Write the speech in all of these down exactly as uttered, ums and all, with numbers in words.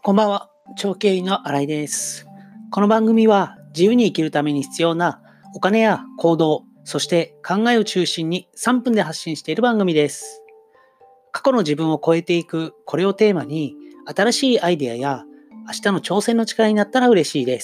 こんばんは、長経理の新井です。この番組は自由に生きるために必要なお金や行動、そして考えを中心にさんぷんで発信している番組です。過去の自分を超えていく、これをテーマに新しいアイデアや明日の挑戦の力になったら嬉しいです。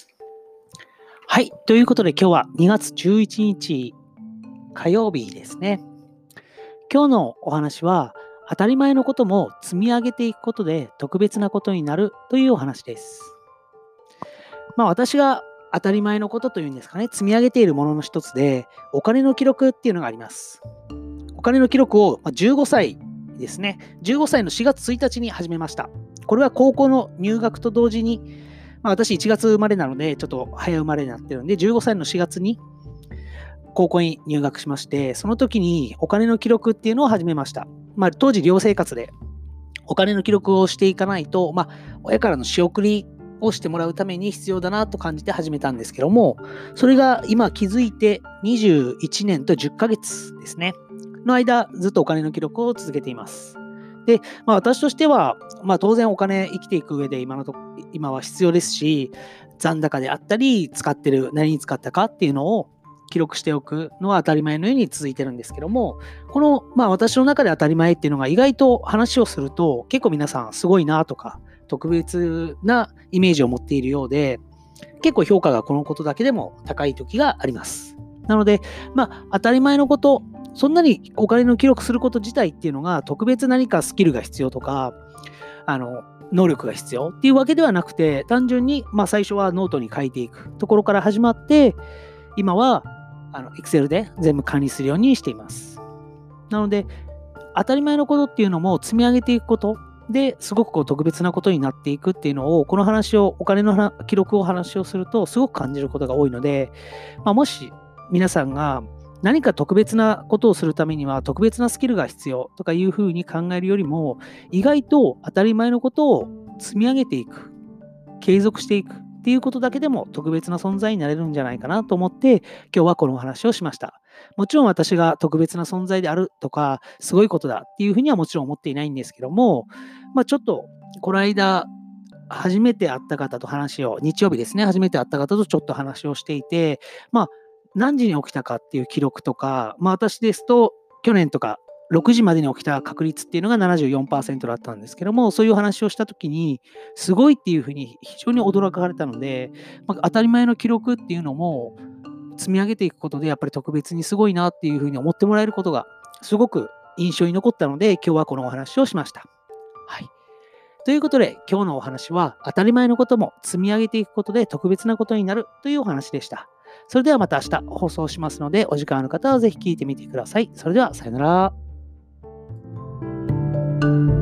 はい、ということで今日はにがつじゅういちにち火曜日ですね。今日のお話は当たり前のことも積み上げていくことで特別なことになるというお話です。まあ私が当たり前のことというんですかね、積み上げているものの一つで、お金の記録っていうのがあります。お金の記録をまあじゅうごさいですね、じゅうごさいのしがつついたちに始めました。これは高校の入学と同時に、まあ、私いちがつ生まれなので、ちょっと早生まれになってるんで、じゅうごさいのしがつに高校に入学しまして、その時にお金の記録っていうのを始めました。まあ、当時寮生活でお金の記録をしていかないと、まあ、親からの仕送りをしてもらうために必要だなと感じて始めたんですけども、それが今気づいてにじゅういちねんとじゅっかげつですね、の間ずっとお金の記録を続けています。で、まあ、私としては、まあ、当然お金生きていく上で今のと今は必要ですし、残高であったり使ってる何に使ったかっていうのを記録しておくのは当たり前のように続いてるんですけども、この、まあ、私の中で当たり前っていうのが意外と話をすると結構皆さんすごいなとか特別なイメージを持っているようで、結構評価がこのことだけでも高い時があります。なので、まあ、当たり前のこと、そんなにお金の記録すること自体っていうのが特別何かスキルが必要とか、あの、能力が必要っていうわけではなくて、単純に、まあ、最初はノートに書いていくところから始まって、今はあの Excel で全部管理するようにしています。なので、当たり前のことっていうのも積み上げていくことですごくこう特別なことになっていくっていうのを、この話を、お金の記録を話をするとすごく感じることが多いので、まあ、もし皆さんが何か特別なことをするためには特別なスキルが必要とかいうふうに考えるよりも、意外と当たり前のことを積み上げていく、継続していくっていうことだけでも特別な存在になれるんじゃないかなと思って、今日はこのお話をしました。もちろん私が特別な存在であるとか、すごいことだっていうふうにはもちろん思っていないんですけども、まあ、ちょっとこの間、初めて会った方と話を、日曜日ですね、初めて会った方とちょっと話をしていて、まあ、何時に起きたかっていう記録とか、まあ、私ですと去年とかろくじまでに起きた確率っていうのが ななじゅうよんパーセント だったんですけども、そういう話をしたときに、すごいっていうふうに非常に驚かれたので、まあ、当たり前の記録っていうのも積み上げていくことで、やっぱり特別にすごいなっていうふうに思ってもらえることがすごく印象に残ったので、今日はこのお話をしました。はい。ということで、今日のお話は当たり前のことも積み上げていくことで特別なことになるというお話でした。それではまた明日放送しますので、お時間ある方はぜひ聞いてみてください。それではさよなら。